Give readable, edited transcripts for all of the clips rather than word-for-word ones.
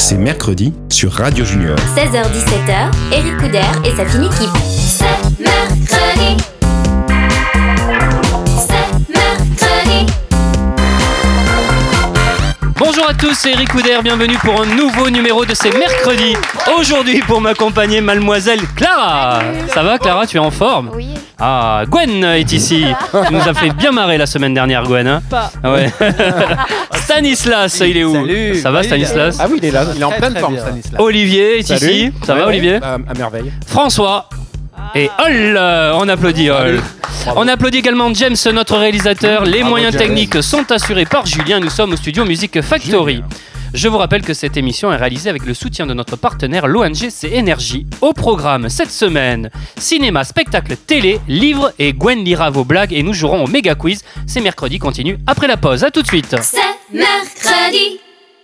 c'est mercredi sur Radio Junior. 16h-17h, Eric Couder et sa fine équipe. C'est mercredi. C'est mercredi. Bonjour à tous, c'est Eric Couder, bienvenue pour un nouveau numéro de C'est mercredi. Aujourd'hui, pour m'accompagner, mademoiselle Clara. Ça va Clara, tu es en forme? Oui. Ah, Gwen est ici. Tu nous as fait bien marrer la semaine dernière, Gwen. Hein? Pas. Ouais. Stanislas, il est où? Salut. Ça va Stanislas? Ah oui, il est là, il est en Très, pleine très forme, bien. Stanislas. Olivier est Salut. ici. Ça va Ouais, Olivier? à merveille. François. Et Hall, on applaudit Hall. On applaudit également James, notre réalisateur. Les moyens James. techniques sont assurés par Julien. Nous sommes au studio Music Factory. Je vous rappelle que cette émission est réalisée avec le soutien de notre partenaire l'ONG C'est Énergie. Au programme cette semaine, cinéma, spectacle, télé, livres et Gwen lira vos blagues et nous jouerons au méga quiz. C'est mercredi, continue après la pause. À tout de suite. C'est mercredi.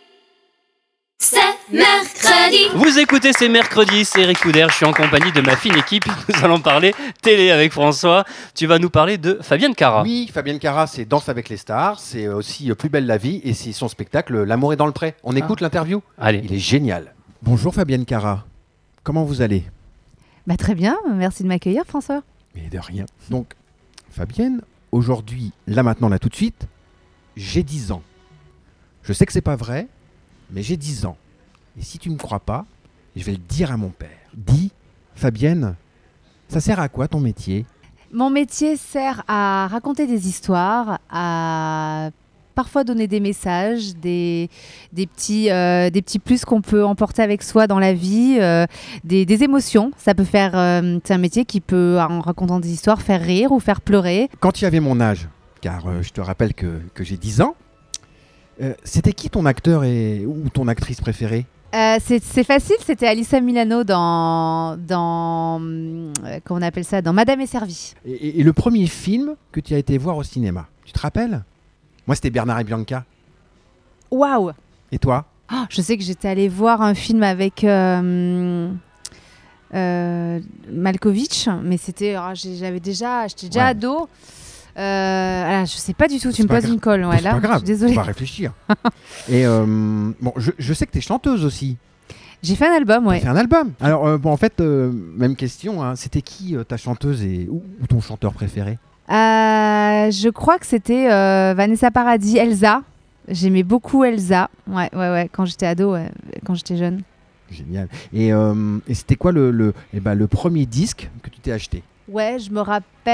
C'est mercredi. Vous écoutez C'est mercredi, c'est Eric Couder, je suis en compagnie de ma fine équipe. Nous allons parler télé avec François. Tu vas nous parler de Fabienne Cara. Oui, Fabienne Cara, c'est Danse avec les stars, c'est aussi Plus belle la vie et c'est son spectacle L'amour est dans le pré. On écoute l'interview. Allez. Il est génial. Bonjour Fabienne Cara, comment vous allez? Très bien, merci de m'accueillir François. Mais de rien. Donc, Fabienne, aujourd'hui, là maintenant, là tout de suite, j'ai 10 ans. Je sais que c'est pas vrai, mais j'ai 10 ans. Et si tu ne me crois pas, je vais le dire à mon père. Dis, Fabienne, ça sert à quoi ton métier? Mon métier sert à raconter des histoires, à parfois donner des messages, des petits plus qu'on peut emporter avec soi dans la vie, des émotions. Ça peut faire, c'est un métier qui peut, en racontant des histoires, faire rire ou faire pleurer. Quand tu avais mon âge, car je te rappelle que j'ai 10 ans, c'était qui ton acteur ou ton actrice préférée? C'est facile, c'était Alyssa Milano dans comment on appelle ça, dans Madame est servie. Et le premier film que tu as été voir au cinéma, tu te rappelles? Moi, c'était Bernard et Bianca. Waouh! Et toi? Oh, je sais que j'étais allée voir un film avec Malkovich, mais j'étais déjà Ouais. ado. Je sais pas du tout, C'est tu me pas poses grave. une colle. Ouais, C'est là, pas grave, je suis désolée. on va réfléchir. Et bon, je sais que tu es chanteuse aussi. J'ai fait un album, Tu ouais. fait un album. Alors, en fait, même question, hein, c'était qui ta chanteuse ou ton chanteur préféré? Je crois que c'était Vanessa Paradis, Elsa. J'aimais beaucoup Elsa. Ouais, quand j'étais ado, quand j'étais jeune. Génial. Et c'était quoi le premier disque que tu t'es acheté? Ouais, je me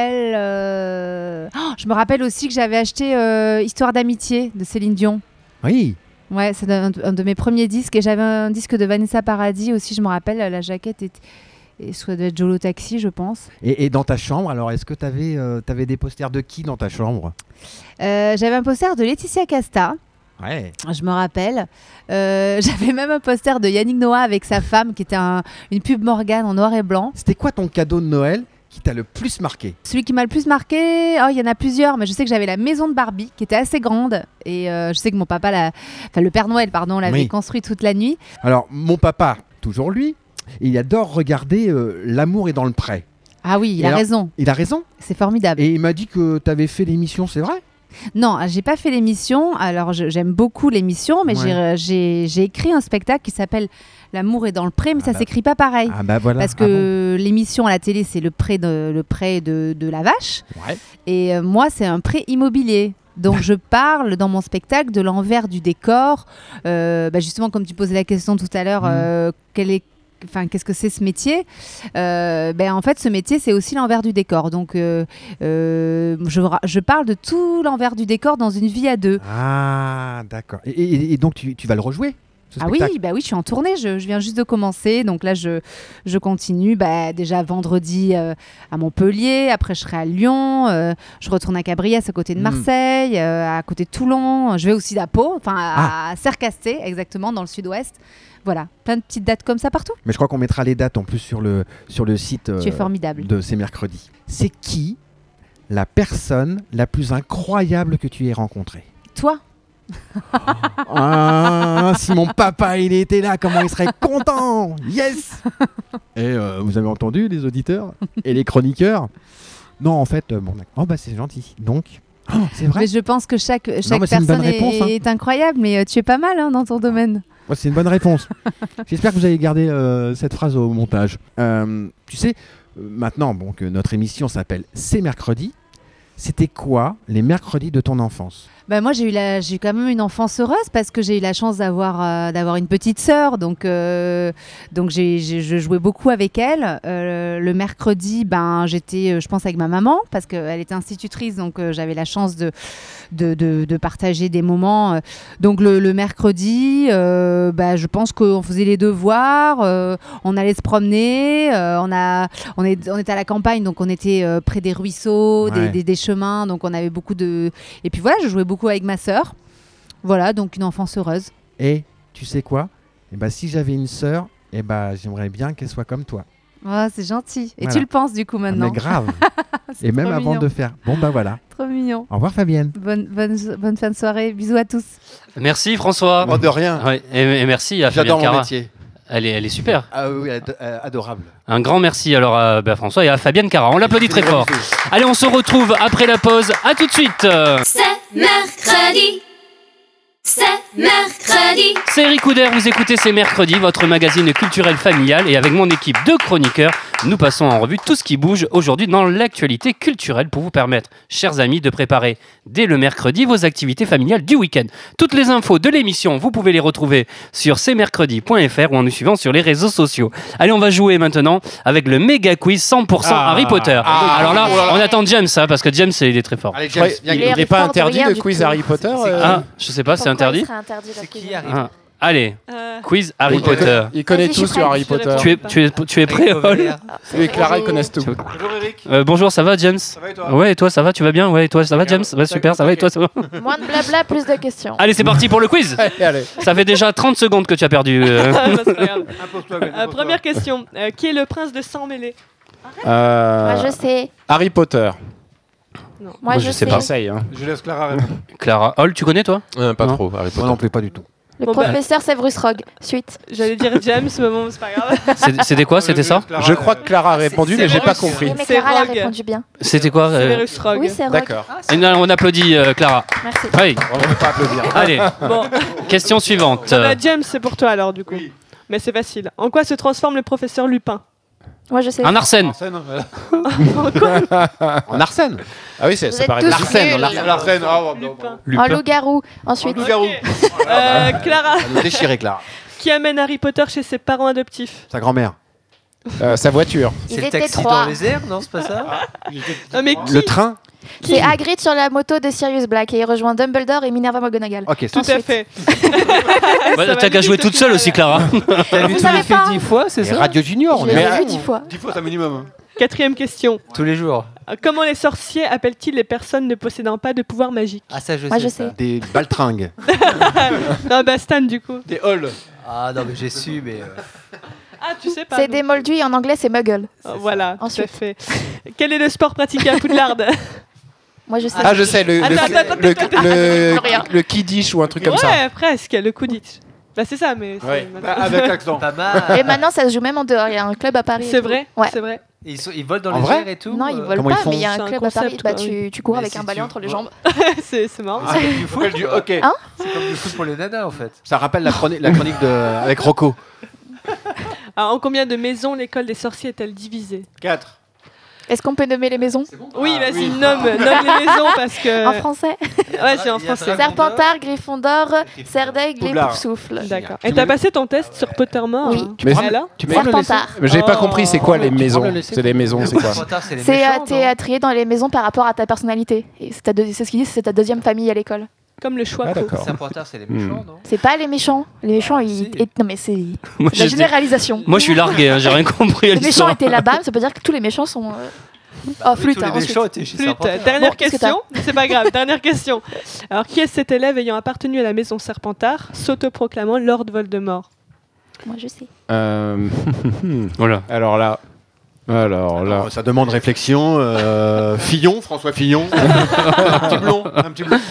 rappelle aussi que j'avais acheté Histoire d'amitié de Céline Dion. Oui. Ouais, c'est un de mes premiers disques. Et j'avais un disque de Vanessa Paradis aussi, je me rappelle. La jaquette et ça doit être Jolo Taxi, je pense. Et dans ta chambre, alors, est-ce que tu avais des posters de qui dans ta chambre? J'avais un poster de Laetitia Casta, Ouais. je me rappelle. J'avais même un poster de Yannick Noah avec sa femme, qui était une pub Morgane en noir et blanc. C'était quoi ton cadeau de Noël qui t'a le plus marqué? Celui qui m'a le plus marqué, il y en a plusieurs, mais je sais que j'avais la maison de Barbie qui était assez grande. Et je sais que mon papa, le Père Noël, pardon, l'avait Oui. construit toute la nuit. Alors, mon papa, toujours lui, il adore regarder L'amour est dans le pré. Ah oui, il Et a alors- raison, Il a raison. c'est formidable. Et il m'a dit que tu avais fait l'émission, c'est vrai? Non, j'ai pas fait l'émission. Alors, j'aime beaucoup l'émission, mais Ouais. j'ai écrit un spectacle qui s'appelle L'amour est dans le pré, mais ça s'écrit pas pareil. Ah bah voilà. Parce que l'émission à la télé, c'est le pré de la vache. Ah bon. Ouais. Et moi, c'est un pré immobilier. Donc, je parle dans mon spectacle de l'envers du décor. Justement, comme tu posais la question tout à l'heure, qu'est-ce que c'est ce métier? En fait, ce métier, c'est aussi l'envers du décor. Donc, je parle de tout l'envers du décor dans une vie à deux. Ah d'accord. Et donc tu vas le rejouer, ce Ah oui, spectacle? oui, je suis en tournée, je viens juste de commencer, donc là je continue, déjà vendredi à Montpellier, après je serai à Lyon, je retourne à Cabriès à côté de Marseille, à côté de Toulon, je vais aussi à Pau, à Sercasté exactement, dans le sud-ouest. Voilà, plein de petites dates comme ça partout. Mais je crois qu'on mettra les dates en plus sur le site Tu es formidable. de C'est mercredi. C'est qui la personne la plus incroyable que tu aies rencontrée? Toi? Ah, si mon papa il était là, comment il serait content! Yes! Et vous avez entendu les auditeurs et les chroniqueurs? Non, en fait, oh bah c'est gentil. Donc, c'est vrai. Mais je pense que chaque mais c'est une bonne personne réponse, hein. est incroyable, mais tu es pas mal dans ton domaine. Moi, c'est une bonne réponse. J'espère que vous allez garder cette phrase au montage. Tu sais, maintenant bon, que notre émission s'appelle C'est mercredi, c'était quoi les mercredis de ton enfance ? Bah moi j'ai eu quand même une enfance heureuse parce que j'ai eu la chance d'avoir une petite sœur, donc je jouais beaucoup avec elle. Le mercredi, j'étais je pense avec ma maman parce qu'elle était institutrice, donc j'avais la chance de partager des moments. Donc le mercredi, je pense qu'on faisait les devoirs, on allait se promener, on était à la campagne, donc on était près des ruisseaux, des chemins, donc on avait beaucoup de... Et puis voilà, je jouais beaucoup avec ma sœur. Voilà, donc une enfance heureuse. Et tu sais quoi ? Si j'avais une sœur, j'aimerais bien qu'elle soit comme toi. Oh, c'est gentil. Et Voilà. tu le penses du coup maintenant. Mais grave. C'est Et même trop avant mignon. de faire. Bon voilà. Trop mignon. Au revoir Fabienne. Bonne fin de soirée. Bisous à tous. Merci François. De rien. Ouais, et merci à Fabienne J'adore mon Cara. métier. Elle est super. Ah oui, adorable. Un grand merci alors à François et à Fabienne Cara. On l'applaudit très fort. Allez, on se retrouve après la pause. À tout de suite. C'est mercredi. C'est mercredi. C'est Eric Couder, vous écoutez C'est mercredi, votre magazine culturel familial. Et avec mon équipe de chroniqueurs, nous passons en revue tout ce qui bouge aujourd'hui dans l'actualité culturelle pour vous permettre, chers amis, de préparer dès le mercredi vos activités familiales du week-end. Toutes les infos de l'émission, vous pouvez les retrouver sur cmercredi.fr ou en nous suivant sur les réseaux sociaux. Allez, on va jouer maintenant avec le méga quiz 100% Harry Potter. Alors là, on attend James, parce que James, il est très fort. Allez, James, viens. Il Harry n'est pas Potter interdit hier, de du quiz coup. Harry Potter Ah, je sais pas, c'est Pourquoi interdit. il serait interdit la quiz Harry Ah. Allez, quiz Harry Il Potter. Il connaît Vas-y, je tout suis sur prête. Harry Potter. Tu es prêt, Paul? Lui et Clara, ils connaissent tout. Bonjour Eric. Bonjour, ça va, James? Ça va et toi? Ouais, et toi, ça va? Tu vas bien? Ouais, et toi, ça va, James? Ouais, super, ça va, et toi, ça va? Moins de blabla, plus de questions. Allez, c'est parti pour le quiz. Allez. Ça fait déjà 30 secondes que tu as perdu. Impose-toi, Gwen, impose-toi. Première question. Qui est le prince de sang-mêlé? Moi, je sais. Harry Potter. Moi, je sais. J'essaye. Hein. Je laisse Clara répondre. Clara Hall, tu connais, toi? Pas Non. trop, Harry Moi Potter. non plus, pas du tout. Le Bon, bah. professeur Severus Rogue. Suite. J'allais dire James, mais bon, c'est pas grave. C'était quoi? C'était ça? Je crois que Clara a répondu, mais j'ai pas compris. Oui, mais C'est Clara l'a Rogue. répondu bien. C'était quoi? Severus Rogue. Oui, c'est Rogue. D'accord. Et non, on applaudit Clara. Merci. Oui. On ne peut pas applaudir. Allez, Bon, question suivante. James, c'est pour toi alors, du coup. Mais c'est facile. En quoi se transforme le professeur Lupin? Moi, je sais. Un Arsène. Arsène. En Arsène. Ah oui, Vous ça êtes paraît tous Larsen. nuls. L'arsène. Lupin. En loup-garou. Ensuite. Loup-garou. Clara, Elle nous déchirait, Clara. qui amène Harry Potter chez ses parents adoptifs? Sa grand-mère. Sa voiture. Ils étaient trois. airs, non, c'est pas ça? Non, mais qui? Le train. C'est Hagrid sur la moto de Sirius Black et il rejoint Dumbledore et Minerva McGonagall. Ok, Tout à Ensuite. fait. Ouais, Ça T'as va qu'à jouer vite, toute au seule final. aussi, Clara. T'as vu Vous tous les savez films pas 10 fois, c'est Et ça? Radio Junior, on Je est. l'ai vu 10 fois. 10 fois, c'est un minimum. Quatrième question. Tous les jours. Comment les sorciers appellent-ils les personnes ne possédant pas de pouvoir magique? Ah, ça, je Moi, sais. je ça. sais. Des baltringues. Non, bah Stan, du coup. Des halls. Ah, non, mais j'ai su, mais. Ah, tu sais pas. C'est non. des moldus et en anglais, c'est muggle. Voilà, tout à Ensuite. fait. Quel est le sport pratiqué à Poudlard? Moi, je sais. Ah, je sais, le Kiddish ou un truc comme ça. Ouais, presque, le Quidditch. Bah c'est ça, mais c'est Ouais. maintenant- Avec l'accent. Pas mal. Et maintenant, ça se joue même en dehors. Il y a un club à Paris. et C'est tout. vrai. Ouais. C'est vrai. Et ils volent dans En les vrai airs et tout. Non, ils volent Comment ils pas, font mais il y a C'est un un club à Paris. concept, Bah, quoi, tu cours Mais avec si un balai tu- entre les jambes. c'est marrant. C'est comme du foot. Du hockey. Hein C'est comme du foot pour les nanas, en fait. Ça rappelle la chronique avec Rocco. Alors, en combien de maisons l'école des sorciers est-elle divisée? 4. Est-ce qu'on peut nommer les maisons Oui, vas-y, oui. nomme les maisons parce que. en français? Ouais, c'est en français. Serpentard, Gryffondor, Serdaigle et Poudlard. Poufsouffle. D'accord. Et t'as passé ton test sur Pottermore? Oui. hein Mais Ah, là tu Serpentard. Mais j'avais pas Oh. compris, c'est quoi les Tu prends maisons? le laisser C'est des maisons, c'est quoi? C'est les C'est méchants, t'es non trié dans les maisons par rapport à ta personnalité. Et c'est ce qu'ils disent, c'est ta deuxième famille à l'école. Comme le choix. Ah, d'accord. Serpentard, c'est les méchants, non? C'est pas les méchants. Les méchants, ils. Si. Non, mais c'est Moi, la je- généralisation. Moi, je suis largué, hein, j'ai rien compris à Les méchants l'histoire. étaient là-bas, ça veut dire que tous les méchants sont. Oh, flûte, Tous les hein, ensuite. méchants étaient chez Flûte. Serpentard. Dernière Bon, qu'est-ce que question. C'est pas grave. Dernière question. Alors, qui est cet élève ayant appartenu à la maison Serpentard, s'autoproclamant Lord Voldemort? Moi, je sais. Voilà. Alors là. Ça demande réflexion. Fillon, François Fillon. Un petit blond. Un petit blond.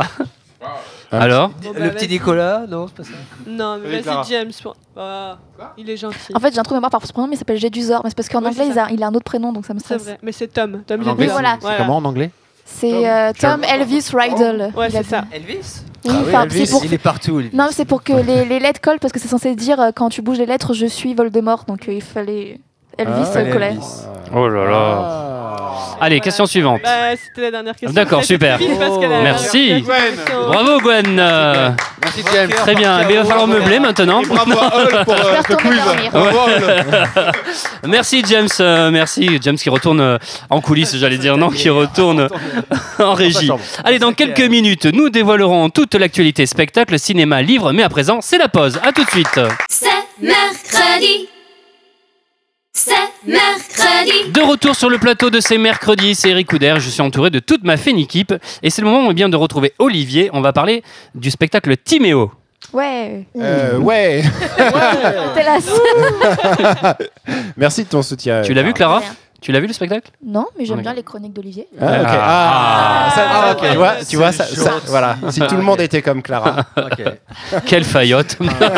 Alors? Bon, bah, Le petit vas-y. Nicolas, non, c'est pas ça. Non, mais Oui, Clara. vas-y, James. Ah, il est gentil. En fait, j'ai un trou de mémoire par son prénom, mais il s'appelle Jedusor. Mais c'est parce qu'en Oui, anglais, c'est ça. il a un autre prénom, donc ça me C'est stresse. vrai. Mais c'est Tom. Tom En anglais, Oui, voilà. c'est comment en anglais? C'est Tom Elvis Riddle. Ouais, Il a c'est ça. Elvis? Oui, enfin, Elvis, c'est pour... Il est partout. Elvis. Non, c'est pour que les lettres collent parce que c'est censé dire quand tu bouges les lettres, je suis Voldemort. Donc il fallait Elvis fallait collait. Elvis. Oh là là. Allez, question suivante. Bah, c'était la dernière question. D'accord, Ça a été super. vite parce que la- Merci. la question- Bravo Gwen. Merci James. Très bien. Eh bien, il va falloir meubler maintenant. Et bravo à Hall pour Je vais ce retourner quiz. dormir. Bravo Hall. Merci James. Merci James qui retourne en coulisses, j'allais dire non, qui retourne en régie. Allez, dans quelques minutes, nous dévoilerons toute l'actualité spectacle, cinéma, livre. Mais à présent, c'est la pause. À tout de suite. C'est mercredi. C'est mercredi. De retour sur le plateau de ces mercredis, c'est Eric Couder, je suis entouré de toute ma fine équipe et c'est le moment bien de retrouver Olivier. On va parler du spectacle Timéo. Ouais. Ouais. T'es là. Merci de ton soutien. Tu l'as vu Clara? Rien. Tu l'as vu le spectacle? Non, mais j'aime Ok. bien les chroniques d'Olivier. Ah, ok. Ah. Tu vois, ça, C'est chaud. voilà. Si tout le monde était comme Clara. Ok. Quelle faillotte.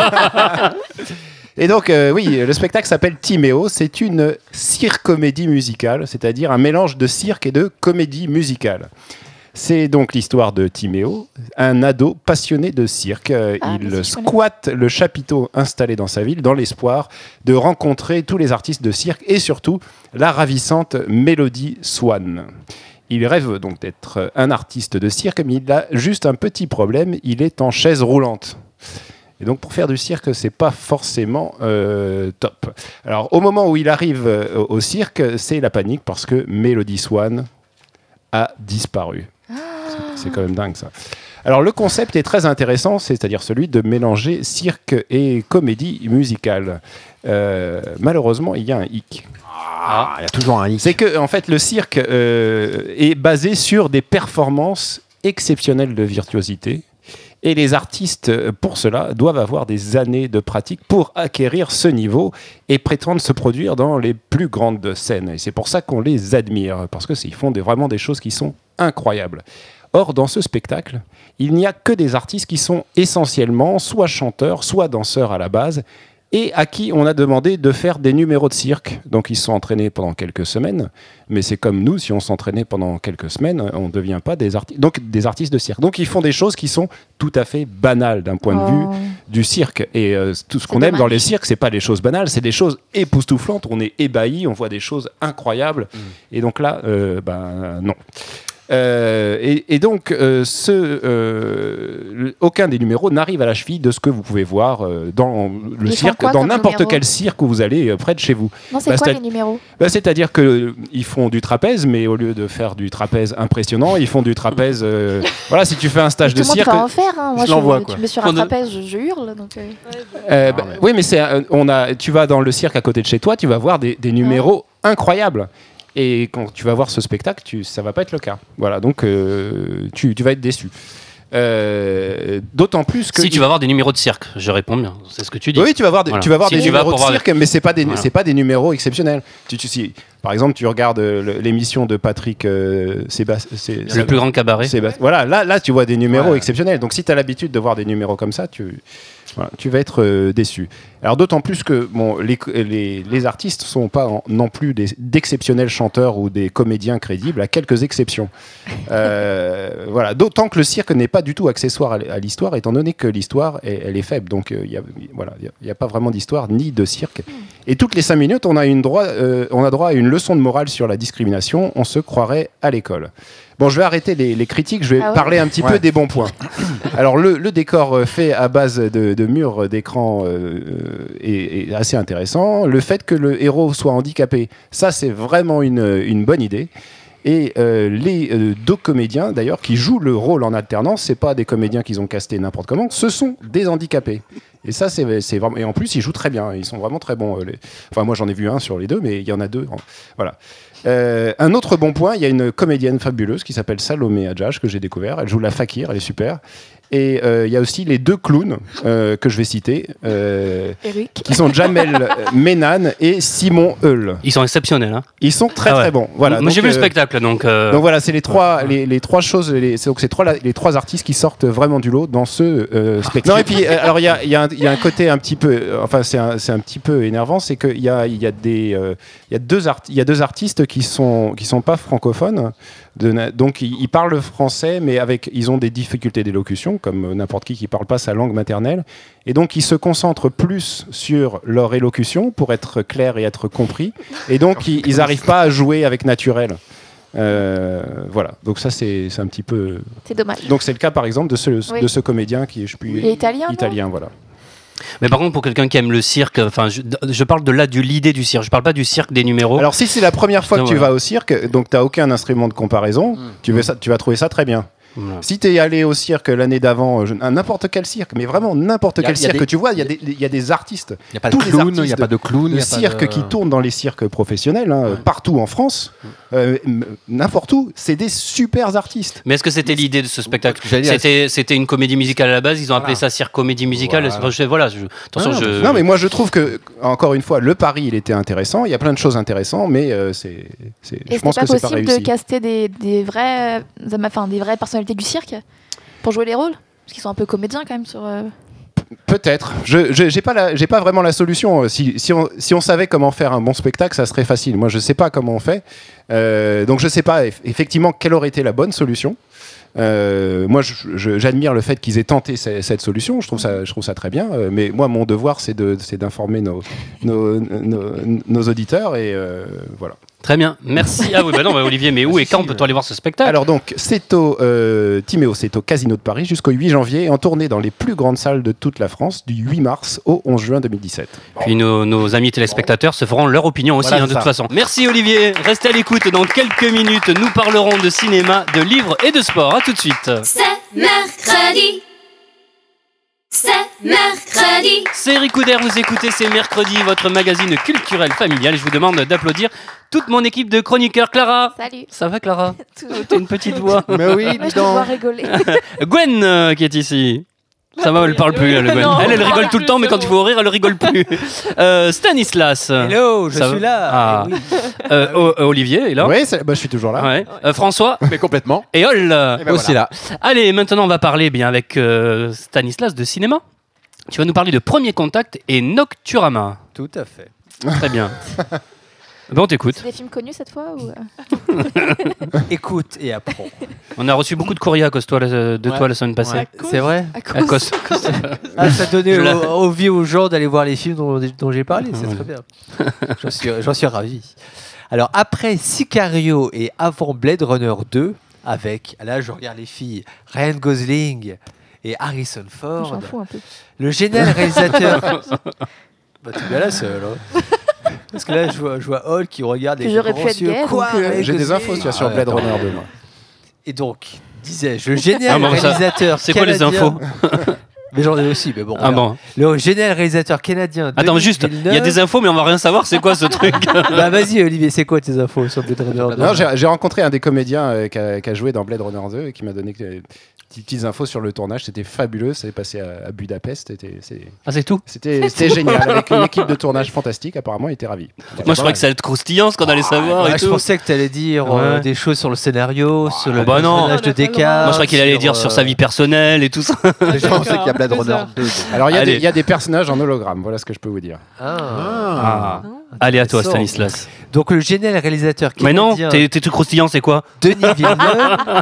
Et donc, oui, le spectacle s'appelle Timéo. C'est une cirque-comédie musicale, c'est-à-dire un mélange de cirque et de comédie musicale. C'est donc l'histoire de Timéo, un ado passionné de cirque. mais Il si, je connais. squatte le chapiteau installé dans sa ville dans l'espoir de rencontrer tous les artistes de cirque et surtout la ravissante Mélodie Swan. Il rêve donc d'être un artiste de cirque, mais il a juste un petit problème, il est en chaise roulante. Et donc pour faire du cirque, c'est pas forcément top. Alors au moment où il arrive au cirque, c'est la panique parce que Mélodie Swan a disparu. C'est quand même dingue ça. Alors le concept est très intéressant, c'est-à-dire celui de mélanger cirque et comédie musicale. Malheureusement, il y a un hic. Il y a toujours un hic. C'est que en fait le cirque est basé sur des performances exceptionnelles de virtuosité. Et les artistes, pour cela, doivent avoir des années de pratique pour acquérir ce niveau et prétendre se produire dans les plus grandes scènes. Et c'est pour ça qu'on les admire, parce qu'ils font vraiment des choses qui sont incroyables. Or, dans ce spectacle, il n'y a que des artistes qui sont essentiellement soit chanteurs, soit danseurs à la base, et à qui on a demandé de faire des numéros de cirque. Donc ils se sont entraînés pendant quelques semaines, mais c'est comme nous, si on s'entraînait pendant quelques semaines, on ne devient pas des artistes de cirque. Donc ils font des choses qui sont tout à fait banales d'un point de vue du cirque. Et tout ce qu'on aime dans les cirques, c'est pas des choses banales, c'est des choses époustouflantes. On est ébahi, on voit des choses incroyables. Et donc là, non. Et donc, aucun des numéros n'arrive à la cheville de ce que vous pouvez voir dans le Ils font cirque, quoi dans comme n'importe numéro quel cirque où vous allez près de chez vous. Non, c'est quoi les numéros? C'est-à-dire qu'ils font du trapèze, mais au lieu de faire du trapèze impressionnant, ils font du trapèze. Voilà, si tu fais un stage de Tout le monde cirque, peut en faire. Hein. Moi, je l'envoie, quoi. tu me mets sur un trapèze, je hurle. Donc, oui, mais tu vas dans le cirque à côté de chez toi, tu vas voir des numéros incroyables. Et quand tu vas voir ce spectacle, ça va pas être le cas. Voilà, donc tu vas être déçu. D'autant plus que Si tu vas voir des numéros de cirque, je réponds bien, c'est ce que tu dis. oui, tu vas voir des, Voilà. tu vas voir Si des tu vas numéros de pour voir cirque, mais c'est pas des Voilà. c'est pas des numéros exceptionnels. Si, par exemple, tu regardes l'émission de Patrick Sébastien. le plus grand cabaret. Voilà, là tu vois des numéros Ouais. exceptionnels. Donc si tu as l'habitude de voir des numéros comme ça, tu vas être déçu. Alors d'autant plus que les artistes sont pas non plus d'exceptionnels chanteurs ou des comédiens crédibles, à quelques exceptions. Voilà, d'autant que le cirque n'est pas du tout accessoire à l'histoire, étant donné que l'histoire elle est faible. Donc il y a pas vraiment d'histoire ni de cirque. Et toutes les 5 minutes, on a droit à une leçon de morale sur la discrimination. On se croirait à l'école. Bon, je vais arrêter les critiques, je vais parler un petit peu des bons points. Alors, le décor fait à base de murs d'écran est assez intéressant. Le fait que le héros soit handicapé, ça, c'est vraiment une bonne idée. Et les deux comédiens, d'ailleurs, qui jouent le rôle en alternance, c'est pas des comédiens qu'ils ont castés n'importe comment, ce sont des handicapés. Et ça, c'est vraiment. Et en plus, ils jouent très bien. Ils sont vraiment très bons. Enfin, moi, j'en ai vu un sur les deux, mais il y en a deux. Voilà. Un autre bon point, il y a une comédienne fabuleuse qui s'appelle Salomé Adjaj, que j'ai découvert. Elle joue la fakir, elle est super. Et il y a aussi les deux clowns que je vais citer, qui sont Jamel Menan et Simon Heul. Ils sont exceptionnels. Hein. Ils sont très bons. Voilà. Moi, j'ai vu le spectacle, donc voilà, c'est les trois choses. Les trois artistes qui sortent vraiment du lot dans ce spectacle. Non, et puis alors il y a un côté un petit peu, enfin c'est un petit peu énervant, c'est qu'il y a deux artistes qui sont pas francophones. Donc ils parlent français, mais ils ont des difficultés d'élocution, comme n'importe qui parle pas sa langue maternelle. Et donc ils se concentrent plus sur leur élocution pour être clairs et être compris. Et donc ils n'arrivent pas à jouer avec naturel. Voilà, donc ça c'est un petit peu... C'est dommage. Donc c'est le cas par exemple de ce comédien qui est, Il est italien, voilà. Mais par contre, pour quelqu'un qui aime le cirque, enfin, je parle de l'idée du cirque. Je parle pas du cirque des numéros. Alors si c'est la première fois que tu voilà. vas au cirque, donc tu n'as aucun instrument de comparaison, tu vas trouver ça très bien. Voilà. Si tu es allé au cirque l'année d'avant, à n'importe quel cirque, mais vraiment n'importe quel cirque que tu vois, il y a des artistes. Il n'y a pas de clown, il n'y a pas de clown. Le cirque qui tourne dans les cirques professionnels, partout en France, n'importe où, c'est des super artistes. Mais est-ce que c'était l'idée de ce spectacle? J'allais dire, C'était une comédie musicale à la base. Ils ont appelé ça cirque comédie musicale. Voilà. Attention, Non, mais moi je trouve que, encore une fois, le pari il était intéressant. Il y a plein de choses intéressantes, mais Et je pense c'était que pas c'est pas possible de réussi. caster des vraies personnalités du cirque pour jouer les rôles, parce qu'ils sont un peu comédiens quand même sur. Peut-être. J'ai pas vraiment la solution. Si on savait comment faire un bon spectacle, ça serait facile. Moi, je sais pas comment on fait. Donc, je sais pas effectivement quelle aurait été la bonne solution. Moi, j'admire le fait qu'ils aient tenté cette solution. Je trouve ça très bien. Mais moi, mon devoir, c'est d'informer nos auditeurs et voilà. Très bien, merci. Ah oui, bah non, bah Olivier, mais où et quand peut-on aller voir ce spectacle? Alors donc, Timéo, c'est au Casino de Paris jusqu'au 8 janvier, en tournée dans les plus grandes salles de toute la France, du 8 mars au 11 juin 2017. Puis nos amis téléspectateurs se feront leur opinion aussi, Voilà, de toute façon. Merci Olivier, restez à l'écoute. Dans quelques minutes, nous parlerons de cinéma, de livres et de sport. À tout de suite. C'est mercredi. C'est mercredi. C'est Eric Couder, vous écoutez C'est mercredi, votre magazine culturel familial. Et je vous demande d'applaudir toute mon équipe de chroniqueurs. Clara. Salut. Ça va Clara? Toujours. T'as une petite voix. Mais oui, Moi, je te vois rigoler. Gwen qui est ici. Ça va, elle parle plus, là, le Gwen. Non, Elle rigole tout le temps, mais quand c'est il faut rire, elle rigole plus. Stanislas. Hello, je Ça suis va? là. Ah. Eh oui. Olivier est là. Oui, je suis toujours là. Ouais. François mais complètement. et Ol. Aussi là. Allez, maintenant on va parler bien avec Stanislas de cinéma. Tu vas nous parler de Premier Contact et Nocturama. Tout à fait. Très bien. Bon, on t'écoute. C'est des films connus cette fois ou... Écoute et apprends. On a reçu beaucoup de courriers à cause de toi la semaine passée. Ouais. C'est vrai. À cause. Ah, ça donnait Je la- envie aux gens d'aller voir les films dont j'ai parlé. C'est très bien. J'en suis ravi. Alors, après Sicario et avant Blade Runner 2, avec, là je regarde les filles, Ryan Gosling et Harrison Ford, J'en fous un peu. le génial réalisateur. Bah, t'es bien là seul. Hein. Parce que là, je vois Hall qui regarde Que les j'aurais pu grands être yeux. gay, Quoi, donc, Ryan J'ai des Gosling infos sur Blade attends. Runner 2. Moi. Et donc, disais-je, le génial Ah bon, ça- réalisateur C'est quoi les canadien- infos? Mais j'en ai aussi, mais bon. Ah alors. bon. Le génial réalisateur canadien. Attends, Denis juste, il y a Villeneuve. des infos, mais on va rien savoir. C'est quoi ce truc? Bah vas-y, Olivier, c'est quoi tes infos sur Blade Runner 2? Non, j'ai rencontré un des comédiens qui a joué dans Blade Runner 2 et qui m'a donné des petites infos sur le tournage. C'était fabuleux. C'est passé à Budapest. Ah, c'est tout? C'était génial. Avec une équipe de tournage fantastique. Apparemment, il était ravi. Moi, je croyais que ça allait être croustillant ce qu'on allait savoir Ouais, et je tout. pensais que tu allais dire Ouais. des choses sur le scénario, sur le bah non. personnage de On a pas le Descartes. droit. Moi, je croyais qu'il allait dire sur sa vie personnelle et tout ça. Je pensais qu'il y a Blade c'est Runner ça. 2. Alors, il Allez. y a des personnages en hologramme. Voilà ce que je peux vous dire. Ah. Allez, à toi, Intéressant. Stanislas. Donc le génial réalisateur Mais non, canadien tes trucs croustillants, c'est quoi? Denis Villeneuve.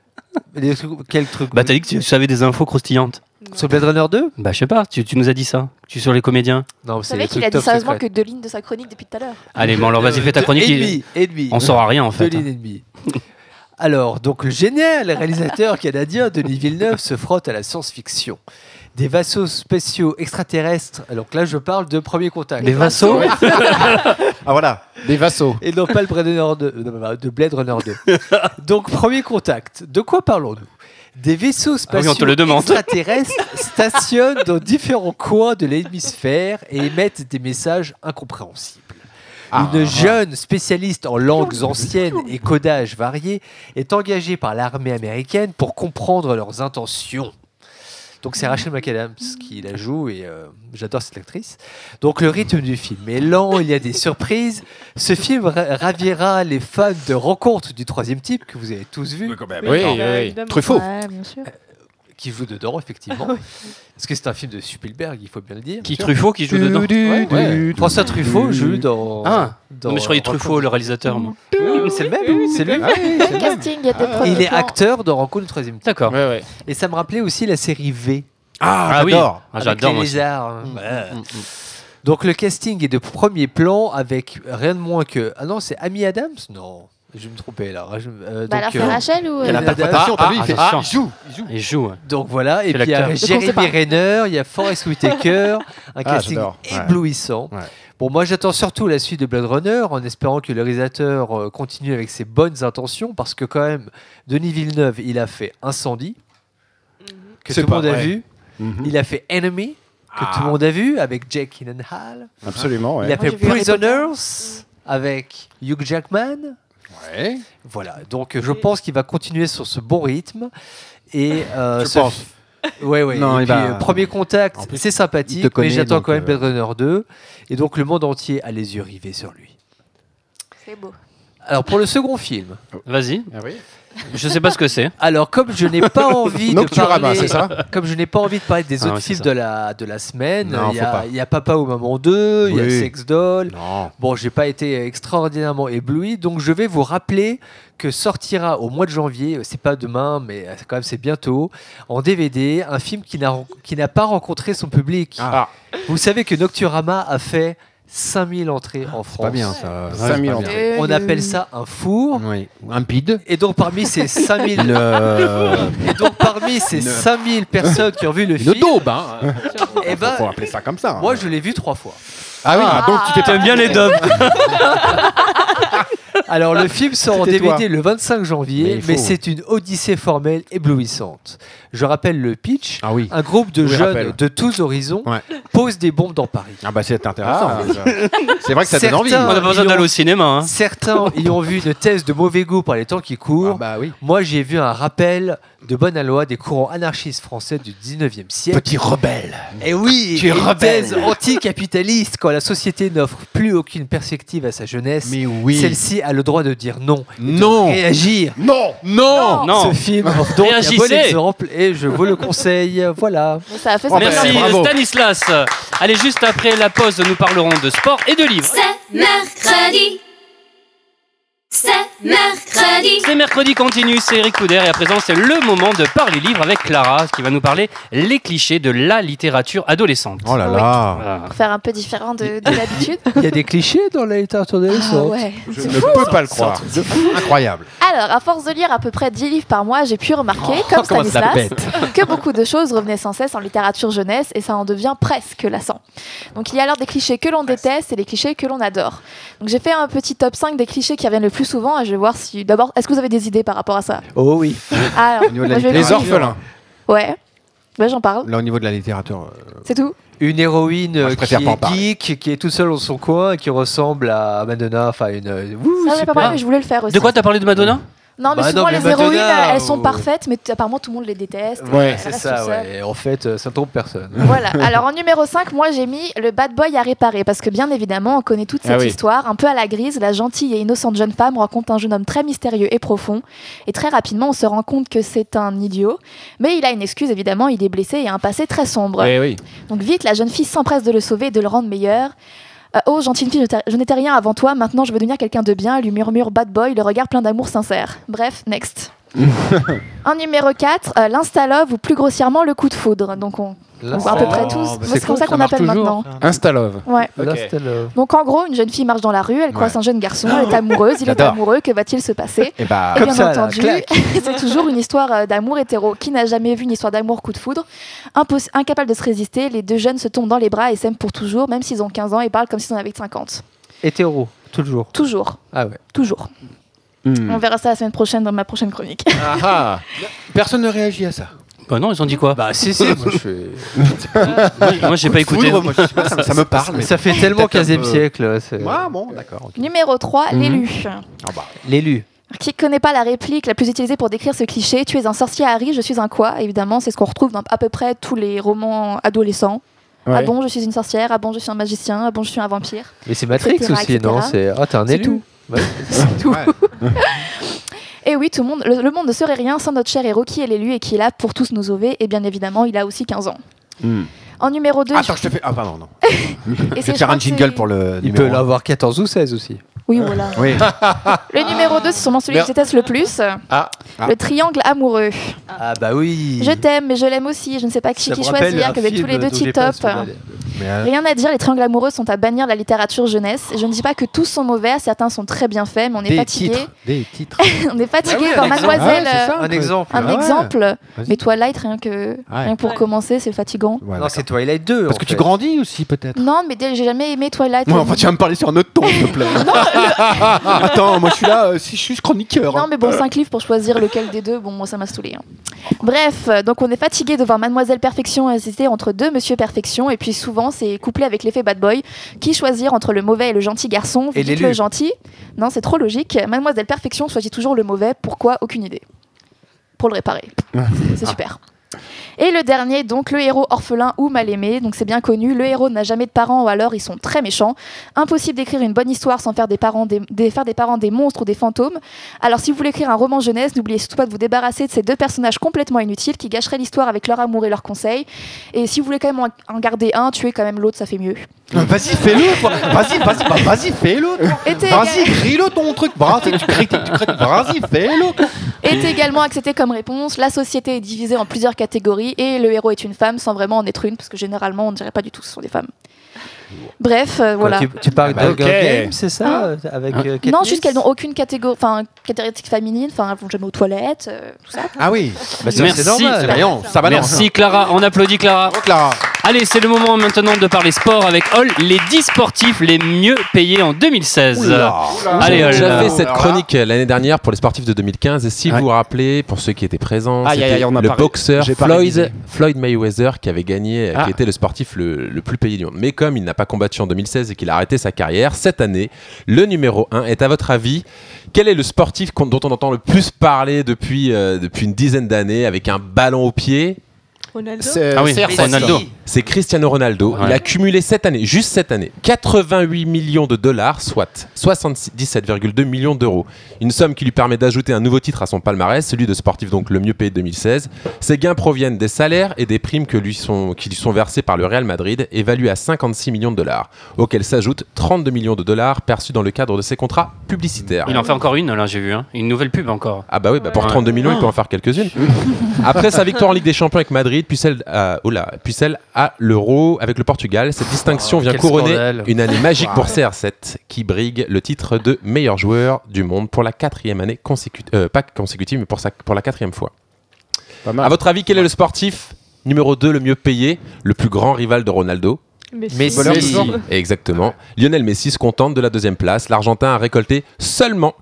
Quel truc Bah, t'as dit que tu savais des infos croustillantes. sur Blade Runner 2? Bah, je sais pas, tu nous as dit ça. Tu es sur les comédiens. Non, Vous savez qu'il a dit sérieusement que 2 lignes de sa chronique depuis tout à l'heure. Allez, bon, alors vas-y, fais ta chronique. Et demi. On saura rien en 2 fait. lignes et demie. Alors, donc le génial réalisateur canadien Denis Villeneuve se frotte à la science-fiction. Des vaisseaux spéciaux extraterrestres. Alors là, je parle de Premier Contact. Des vassaux? Ah voilà. Des vassaux. Et non pas le Blade Runner 2, de Blade Runner 2. Donc, Premier Contact. De quoi parlons-nous? Des vaisseaux spatiaux on te le demande. extraterrestres stationnent dans différents coins de l'hémisphère et émettent des messages incompréhensibles. Une jeune spécialiste en langues anciennes et codages variés est engagée par l'armée américaine pour comprendre leurs intentions. Donc c'est Rachel McAdams qui la joue et j'adore cette actrice. Donc le rythme du film est lent, il y a des surprises. Ce film ravira les fans de Rencontre du troisième type que vous avez tous vu, Oui, évidemment. Truffaut. Ouais, bien sûr. qui joue dedans, effectivement. Parce que c'est un film de Spielberg, il faut bien le dire. Qui Truffaut qui joue dedans. Ouais. François Truffaut joue dans. Ah, dans non, mais je croyais Truffaut, le réalisateur. Moi. Oui, mais c'est le même, c'est lui. Le casting, il y a des premiers Il est plans. acteur dans Rencontre du troisième type. D'accord. Ouais, ouais. Et ça me rappelait aussi la série V. Ah oui. j'adore. Ah, avec j'adore les moi aussi. lézards. Ouais. Donc le casting est de premier plan avec rien de moins que... Ah non, c'est Amy Adams. Non, je vais me tromper là. Bah, alors, c'est Rachel ou. Quelle Amy Adams. interprétation, t'as vu, il fait attention. il joue. Il joue. Ouais. Donc voilà, et C'est puis il y a l'acteur. Je pensais pas. Jeremy Renner, il y a Forest Whitaker, un casting j'adore. Ouais. éblouissant. Ouais. Bon, moi j'attends surtout la suite de Blade Runner en espérant que le réalisateur continue avec ses bonnes intentions parce que quand même, Denis Villeneuve, il a fait Incendie, que C'est tout le monde pas a vrai. vu. Il a fait Enemy, que tout le monde a vu, avec Jake Gyllenhaal. Absolument, ouais. Il a Moi, fait j'ai vu Harry Prisoners, avec Hugh Jackman. Ouais. Voilà, donc je pense qu'il va continuer sur ce bon rythme. Et, Je pense. Ouais, ouais. Non, et il puis, va- Premier Contact, En plus, c'est il sympathique, te connaît, mais j'attends donc, quand même Blade Runner 2. Et donc le monde entier a les yeux rivés sur lui. C'est beau. Alors pour le second film, Vas-y. Ah oui. Je sais pas ce que c'est. alors comme je n'ai pas envie de Nocturama, parler, c'est ça comme je n'ai pas envie de parler des Ah autres ouais, c'est films ça. de la semaine, Non, il y faut a- pas. il y a Papa ou Maman 2, il y a Oui. Sex Doll. Non. Bon, j'ai pas été extraordinairement ébloui, donc je vais vous rappeler que sortira au mois de janvier, c'est pas demain, mais quand même c'est bientôt, en DVD, un film qui n'a pas rencontré son public. Ah. Vous savez que Nocturama a fait 5000 entrées en France. Pas bien ça. 5000 pas entrées. bien. On appelle ça un four. Oui. Un bide. Et donc parmi ces 5000 Une, et donc parmi ces 5000 personnes qui ont vu le une film, daube, hein. eh ben, Faut appeler ça comme ça. moi je l'ai vu 3 fois. Ah oui, donc tu t'es T'aimes bien les dubs. Alors le film sort en C'était DVD toi. le 25 janvier, Mais mais, il faut. c'est une odyssée formelle éblouissante. Je rappelle le pitch. Ah oui. Un groupe de Oui, jeunes rappelle. de tous horizons Ouais. pose des bombes dans Paris. Ah bah c'est intéressant. Ah. déjà. C'est vrai que ça donne envie. Certains- On n'a pas besoin d'aller au cinéma. Hein. Certains y ont vu une thèse de mauvais goût par les temps qui Ah courent. bah oui. Moi, j'ai vu un rappel de bonne aloi des courants anarchistes français du 19e siècle. Petit rebelle. Et oui, Tu es une rebelle. thèse anticapitaliste quand la société n'offre plus aucune perspective à sa jeunesse. Mais oui. Celle-ci a le droit de dire non. et de Non. réagir. Non. Non. Non. Ce film offre donc un bon Réagissez. exemple et je vous le conseille. Voilà. Mais ça a fait Oh, ça. Merci bravo. Stanislas. Allez, juste après la pause, nous parlerons de sport et de livres. C'est mercredi. C'est mercredi. C'est mercredi continue, c'est Eric Couder et à présent c'est le moment de parler livres avec Clara qui va nous parler les clichés de la littérature adolescente. Oh là Oui. là. Voilà. Pour faire un peu différent de d'habitude. Il y a des clichés dans la littérature Ah adolescente. ouais. Je ne peux pas le croire. Incroyable. Alors, à force de lire à peu près 10 livres par mois, j'ai pu remarquer, comme comment ça Stanislas, pète. que beaucoup de choses revenaient sans cesse en littérature jeunesse et ça en devient presque lassant. Donc il y a alors des clichés que l'on déteste et des clichés que l'on adore. Donc j'ai fait un petit top 5 des clichés qui reviennent le plus souvent et je vais voir si... D'abord, est-ce que vous avez des idées par rapport à ça? Oh oui. Alors, Au niveau de la moi, je vais Les vous- littérature. orphelins. Ouais. Ouais, j'en parle. Là au niveau de la littérature. C'est tout. Une héroïne Moi, je qui préfère pas en est parler. geek, qui est toute seule dans son coin, et qui ressemble à Madonna, enfin une. Ouh, Ça, j'en ai pas super. parlé, mais je voulais le faire aussi. De quoi t'as parlé de Madonna? Non, mais Bah souvent non, mais les Madonna, héroïnes, elles sont oh. parfaites, mais apparemment tout le monde les déteste. Ouais, Elles C'est restent ça, toutes seules. ouais. En fait, ça ne trompe personne. Voilà, alors en numéro 5, moi j'ai mis le bad boy à réparer parce que bien évidemment on connaît toute cette Ah oui. histoire. Un peu à la Grise, la gentille et innocente jeune femme rencontre un jeune homme très mystérieux et profond et très rapidement on se rend compte que c'est un idiot. Mais il a une excuse évidemment, il est blessé et a un passé très sombre. Oui, oui. Donc vite, la jeune fille s'empresse de le sauver et de le rendre meilleur. Oh gentille fille, je n'étais rien avant toi, maintenant je veux devenir quelqu'un de bien, lui murmure bad boy, le regard plein d'amour sincère. Bref, next. En numéro 4, l'insta-love ou plus grossièrement le coup de foudre. Donc on voit à peu près tous. Moi, c'est comme ça qu'on appelle maintenant. Instalove. Ouais. Là, Ok. c'était le- Donc en gros, une jeune fille marche dans la rue, elle croise Ouais. un jeune garçon, elle est amoureuse, il est J'adore. amoureux, que va-t-il se passer? Et bah. Et Comme bien ça, là, entendu, clac. c'est toujours une histoire d'amour hétéro. Qui n'a jamais vu une histoire d'amour coup de foudre? Incapable de se résister, les deux jeunes se tombent dans les bras et s'aiment pour toujours, même s'ils ont 15 ans et parlent comme s'ils en avaient 50. Hétéro, toujours. Toujours, Ah ouais. toujours. On verra ça la semaine prochaine dans ma prochaine chronique. Ah ah. Personne ne réagit à ça. Bah non, ils ont dit quoi? Bah si, si, moi je fais. Moi j'ai pas écouté. Foudre, moi, je sais pas, ça me parle. Mais ça fait tellement peut-être un 15e peu- siècle. c'est- Ah bon, d'accord. ok. Numéro 3, l'élu. Ah bah. L'élu. Qui connaît pas la réplique la plus utilisée pour décrire ce cliché? Tu es un sorcier Harry, je suis un quoi? Évidemment, c'est ce qu'on retrouve dans à peu près tous les romans adolescents. Ouais. Ah bon, je suis une sorcière. Ah bon, je suis un magicien. Ah bon, je suis un vampire. Mais c'est Matrix Etc., aussi, non? etc. C'est. Ah, t'es un C'est élu. tout. Ouais. Tout. Ouais. Et Et oui, tout le monde, le monde ne serait rien sans notre cher héros qui est l'élu et qui est là pour tous nous sauver. Et bien évidemment, il a aussi 15 ans. En numéro 2... Attends, je te fais... Ah pardon, non. Et Je vais c'est- te faire je un crois que jingle c'est- pour le Il numéro peut un. l'avoir 14 ou 16 aussi. Oui, voilà. Oui. Le numéro 2, c'est sûrement celui que je déteste le plus. Ah. Le triangle amoureux. Ah bah oui. Je t'aime, mais je l'aime aussi. Je ne sais pas qui Ça me rappelle choisir, un que vous êtes tous film les deux dont j'ai tip pas top. souvenir. Mais, Rien à dire, les triangles amoureux sont à bannir de la littérature jeunesse. Je ne dis pas que tous sont mauvais, certains sont très bien faits, mais on est fatigué. Des titres. On est fatigué Ah oui, quand un exemple. Mademoiselle. Ah ouais, c'est ça, Un exemple. Un Ah ouais. exemple. Vas-y. Mais Twilight, rien que pour Ouais. commencer, c'est fatigant. Ouais, Non, d'accord. c'est Twilight 2. Parce en que tu fait. grandis aussi, peut-être. Non, mais j'ai jamais aimé Twilight. Ouais, enfin, tu vas me parler sur un autre ton, s'il te plaît. Attends, moi je suis là, si je suis chroniqueur. Non, mais bon, 5 livres pour choisir lequel des deux, bon, moi ça m'a saoulé. Hein. Bref, donc on est fatigué de voir Mademoiselle Perfection hésiter entre deux Monsieur Perfection, et puis souvent c'est couplé avec l'effet bad boy. Qui choisir entre le mauvais et le gentil garçon? Vous Et dites l'élu. le gentil. Non, c'est trop logique. Mademoiselle Perfection choisit toujours le mauvais. Pourquoi? Aucune idée. Pour le réparer. C'est super. Et le dernier, donc le héros orphelin ou mal aimé, donc c'est bien connu, le héros n'a jamais de parents ou alors ils sont très méchants. Impossible d'écrire une bonne histoire sans faire des parents des monstres ou des fantômes. Alors si vous voulez écrire un roman jeunesse, n'oubliez surtout pas de vous débarrasser de ces deux personnages complètement inutiles qui gâcheraient l'histoire avec leur amour et leurs conseils. Et si vous voulez quand même en garder un, tuer quand même l'autre, ça fait mieux. Vas-y, fais-le, quoi. Vas-y, fais-le. toi. Était, Vas-y, crie-le ton truc. Vas-y, tu critiques, Vas-y, fais-le. quoi. est également accepté comme réponse. La société est divisée en plusieurs catégories et le héros est une femme sans vraiment en être une, parce que généralement on ne dirait pas du tout que ce sont des femmes. Bref, voilà. Tu parles bah, de ok. Game, c'est ça avec Non, Katniss juste qu'elles n'ont aucune catégorie féminine, enfin elles vont jamais aux toilettes, tout ça. Ah oui. Bah, ça, Merci. c'est normal. C'est rien, ça balance. Merci Clara, on applaudit Clara. Bravo, Clara. Allez, c'est le moment maintenant de parler sport avec Hall, les 10 sportifs les mieux payés en 2016. Allez, J'ai Hall. déjà fait cette alors là- chronique l'année dernière pour les sportifs de 2015 et si vous vous rappelez, pour ceux qui étaient présents, Aïe, aïe, c'était aïe, on a le pas- boxeur j'ai pas révisé. Floyd Mayweather qui avait gagné, Ah. qui était le sportif le plus payé du monde. Mais comme il n'a pas combattu en 2016 et qu'il a arrêté sa carrière, cette année, le numéro 1 est à votre avis, quel est le sportif dont on entend le plus parler depuis une dizaine d'années avec un ballon au pied? Ronaldo. Ah oui, CR7. Ronaldo. C'est Cristiano Ronaldo. Ouais. Il a cumulé cette année, juste cette année, 88 millions de dollars, soit 77,2 millions d'euros. Une somme qui lui permet d'ajouter un nouveau titre à son palmarès, celui de sportif donc le mieux payé de 2016. Ces gains proviennent des salaires et des primes qui lui sont versés par le Real Madrid, évalués à 56 millions de dollars, auxquels s'ajoutent 32 millions de dollars perçus dans le cadre de ses contrats publicitaires. Il en fait encore une, là, j'ai vu. Hein. Une nouvelle pub encore. Ah bah oui, pour Ouais. 32 millions, il peut en faire quelques-unes. Après sa victoire en Ligue des Champions avec Madrid, puis celle à l'Euro avec le Portugal, cette distinction vient quel couronner scandale. une année magique pour CR7 qui brigue le titre de meilleur joueur du monde pour la 4e année consécutive, pas consécutive, mais pour la 4e fois. Pas mal. À votre avis, quel est le sportif numéro 2 le mieux payé, le plus grand rival de Ronaldo? Messi. Exactement. Lionel Messi se contente de la 2e place. L'Argentin a récolté seulement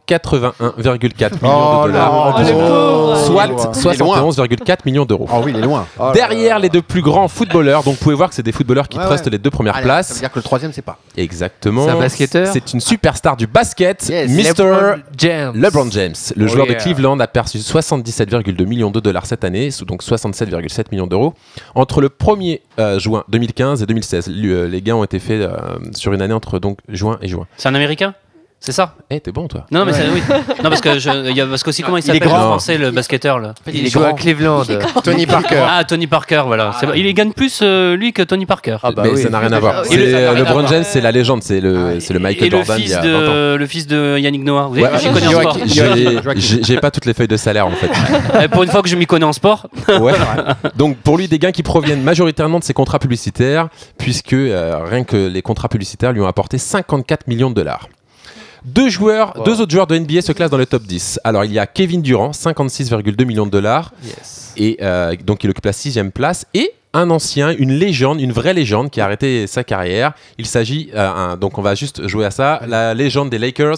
81,4 millions de dollars, Oh, le pauvre. soit Il est loin. 71,4 millions d'euros. Oh oui, il est loin. Derrière les deux plus grands footballeurs, donc vous pouvez voir que c'est des footballeurs qui Ouais, trustent ouais. les deux premières Allez, places. Ça veut dire que le troisième, c'est pas. Exactement. C'est un basketteur. C'est une superstar du basket, Yes. Mr. James. LeBron James. Le Oh joueur de yeah. Cleveland a perçu 77,2 millions de dollars cette année, donc 67,7 millions d'euros. Entre le 1er juin 2015 et 2016, les gains ont été faits sur une année entre donc juin et juin. C'est un Américain? C'est ça? Eh, t'es bon toi. Non, mais oui. Non, parce qu'aussi, comment il Il est s'appelle le grand. français, le basketteur là? Il joue à Cleveland. Tony Parker. Ah, Tony Parker, voilà. Il gagne plus lui que Tony Parker. Ah bah mais oui. ça n'a rien à voir. Ah oui. C'est Et ça n'a rien à LeBron voir. James, c'est la légende, c'est le Michael Et le Jordan il y fils, a 20 ans. le fils de Yannick Noah. Vous savez, Ouais, j'y connais en sport. J'ai pas toutes les feuilles de salaire en fait. Pour une fois que je m'y connais en sport. Ouais. Donc pour lui, des gains qui proviennent majoritairement de ses contrats publicitaires, puisque rien que les contrats publicitaires lui ont apporté 54 millions de dollars. Deux autres joueurs de NBA se classent dans le top 10. Alors il y a Kevin Durant, 56,2 millions de dollars, Yes. et donc il occupe la 6e place, et un ancien, une légende, une vraie légende qui a arrêté sa carrière. Il s'agit, donc on va juste jouer à ça, la légende des Lakers,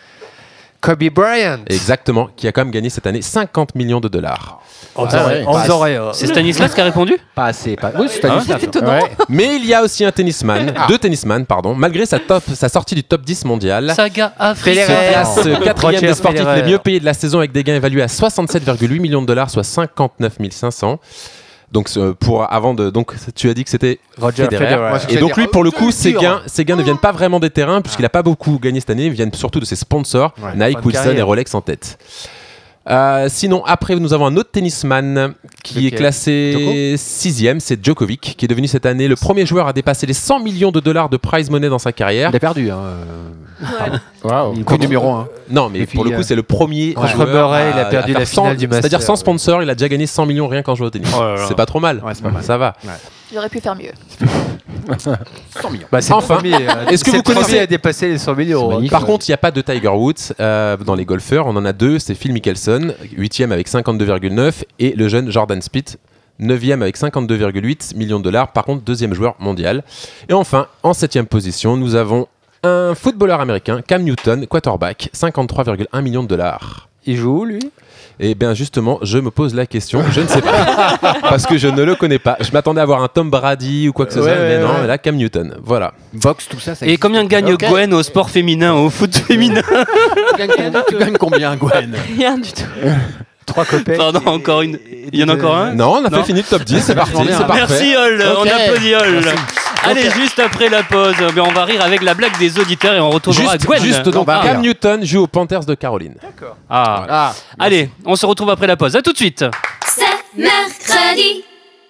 Kobe Bryant. exactement, qui a quand même gagné cette année 50 millions de dollars. En ouais. faisant rien. C'est Stanislas qui a répondu? Pas assez. Oui, c'est Ah ouais. Stanislas. Ouais. Mais il y a aussi un tennisman, deux tennisman, pardon, malgré sa sortie du top 10 mondial. Saga Afrique. Se classe Federer. 4e Roger des sportifs Federer. les mieux payés de la saison avec des gains évalués à 67,8 millions de dollars, soit 59 500. Donc donc tu as dit que c'était Roger Federer. Federer. Ouais, c'est Et donc lui pour le coup dur. ses gains ne viennent pas vraiment des terrains puisqu'il n'a pas beaucoup gagné cette année, ils viennent surtout de ses sponsors, Ouais. Nike, Fin de Wilson carrière. et Rolex en tête. Sinon, après, nous avons un autre tennisman qui est classé 6e, c'est Djokovic, qui est devenu cette année le premier joueur à dépasser les 100 millions de dollars de prize money dans sa carrière. Il a perdu. Hein. Waouh. Il est numéro 1. Non, mais pour le coup, c'est le premier Contre joueur Murray, il a perdu à la faire finale du Master. C'est-à-dire sans sponsor, il a déjà gagné 100 millions rien qu'en jouant au tennis. C'est pas trop mal. Ouais, c'est pas mal. Ça va. J'aurais pu faire mieux. 100 millions. Bah, c'est Enfin, le premier. est-ce que vous connaissez à dépasser les 100 millions Par contre, il n'y a pas de Tiger Woods dans les golfeurs. On en a deux. C'est Phil Mickelson, 8e avec 52,9 et le jeune Jordan Spieth, 9e avec 52,8 millions de dollars. Par contre, deuxième joueur mondial. Et enfin, en 7e position, nous avons un footballeur américain, Cam Newton, quarterback, 53,1 millions de dollars. Il joue où, lui ? Eh bien justement, je me pose la question, je ne sais pas, parce que je ne le connais pas. Je m'attendais à voir un Tom Brady ou quoi que ce soit, mais non, mais là Cam Newton, voilà. Boxe, tout ça, ça Et existe. combien gagne Gwen au sport féminin, au foot féminin? Tu gagnes combien, Gwen? Rien du tout. 3 copains. Pardon, encore une. Il y en a encore un? Non, on a fait fini le top 10, c'est parti, vachement bien. c'est parfait. Merci Hall, on Ok. applaudit Hall. Merci. Allez, juste après la pause, on va rire avec la blague des auditeurs et on retrouvera Gwen. Juste donc, bah, Cam Newton joue aux Panthers de Caroline. Ah. Ah, Allez, on se retrouve après la pause. À tout de suite. C'est mercredi.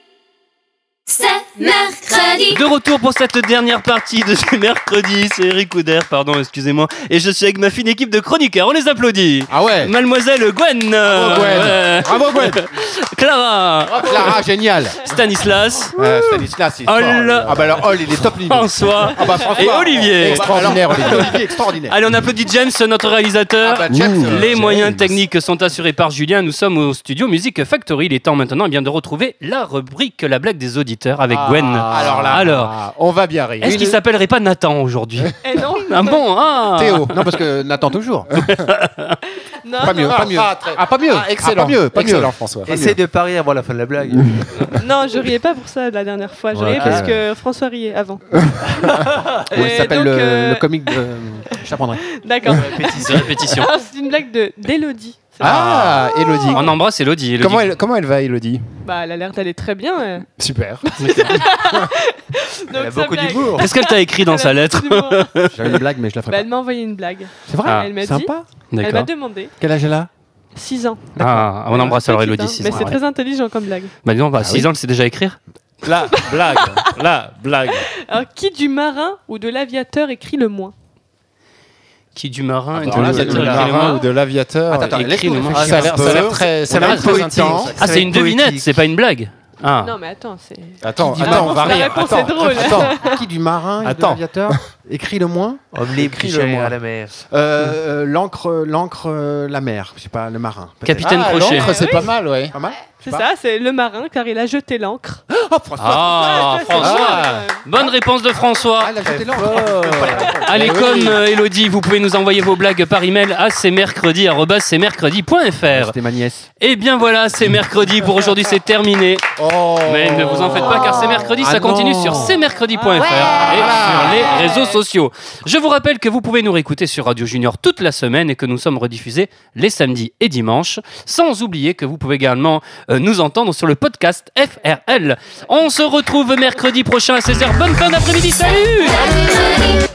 C'est mercredi. De retour pour cette dernière partie de ce mercredi. C'est Eric Couder, pardon, excusez-moi. Et je suis avec ma fine équipe de chroniqueurs. On les applaudit. ah ouais. Mademoiselle Gwen. Bravo, Gwen. Bravo, Gwen. Clara. Oh, Clara, génial. Stanislas. Stanislas, il est Hall. fort. Ah bah alors, Hall, il est top niveau. François. Ah bah François. Et Olivier. Extraordinaire, Alors, Olivier. Olivier, extraordinaire. Allez, on applaudit James, notre réalisateur. Ah bah, James, Les James. moyens techniques sont assurés par Julien. Nous sommes au studio Music Factory. Il est temps maintenant bien de retrouver la rubrique La blague des auditeurs avec Gwen. Alors là, Alors, on va bien rire. est-ce qu'il s'appellerait pas Nathan aujourd'hui? Eh non. Ah bon, ah. Théo. Non, parce que Nathan toujours. Non, Pas mieux, non. pas mieux. très- Ah, pas mieux. excellent. Ah, pas mieux, pas mieux. Excellent, François. Essaye de pas rire avant la fin de la blague. Non, je riais pas pour ça la dernière fois. Je Ouais, riais ok. parce que François riait avant. Oui, Et ça s'appelle donc, le comique de. Je t'apprendrai. D'accord. Répétition. Alors, c'est une blague d'Élodie. C'est Ah, Elodie. On embrasse Elodie. Comment elle va, Elodie? Bah, elle a l'air d'aller très bien. ouais. Super. Donc, Elle a sa beaucoup blague. d'humour. Qu'est-ce qu'elle t'a écrit dans Elle sa a lettre? beaucoup d'humour. J'avais une blague, mais je la Bah, ferai elle m'a envoyé une blague. pas. C'est vrai? Ah. Elle m'a dit. Sympa. Elle m'a D'accord. demandé. Quel âge elle a? 6 ans. Ah, on embrasse alors Petite, Elodie. hein. 6 Mais ans. c'est très intelligent comme blague. Bah disons, 6 ans, elle sait déjà écrire. La blague. La blague. Alors, qui du marin ou de l'aviateur écrit le moins? Qui du marin et de Alors là, c'est l'aviateur de écrit le marin moins. ou de l'aviateur. Attends, écrit laisse-nous le moins. réfléchir Ça a un l'air- peu. ça a l'air très, ça a l'air très poétique. intense. Ah, c'est une devinette, c'est pas une blague. Ah. Non, mais attends, c'est. Attends, Qui dit attends, on va La rire. réponse Attends, est drôle. attends. Qui du marin et de Attends. l'aviateur écrit le moins? Homme libre qui Écris-le chérit moi. à la mer. L'encre, la mer. Je sais pas, le marin. peut-être. Capitaine Ah, Crochet. l'encre, c'est Oui. pas mal, ouais. Pas mal? C'est ça, c'est le marin car il a jeté l'encre. Ah, François. Bonne réponse de François. Ah, elle a jeté l'encre. Allez, Eh oui. comme Elodie, vous pouvez nous envoyer vos blagues par email à cmercredi@cmercredi.fr. C'était ma nièce. Et bien voilà, c'est mercredi pour aujourd'hui, c'est terminé. Oh. Mais ne vous en faites pas car c'est mercredi, ça Ah continue non. sur cmercredi.fr et sur les réseaux sociaux. Je vous rappelle que vous pouvez nous réécouter sur Radio Junior toute la semaine et que nous sommes rediffusés les samedis et dimanches. Sans oublier que vous pouvez également nous entendre sur le podcast FRL. On se retrouve mercredi prochain à 16h. Bonne fin d'après-midi, salut! Mercredi.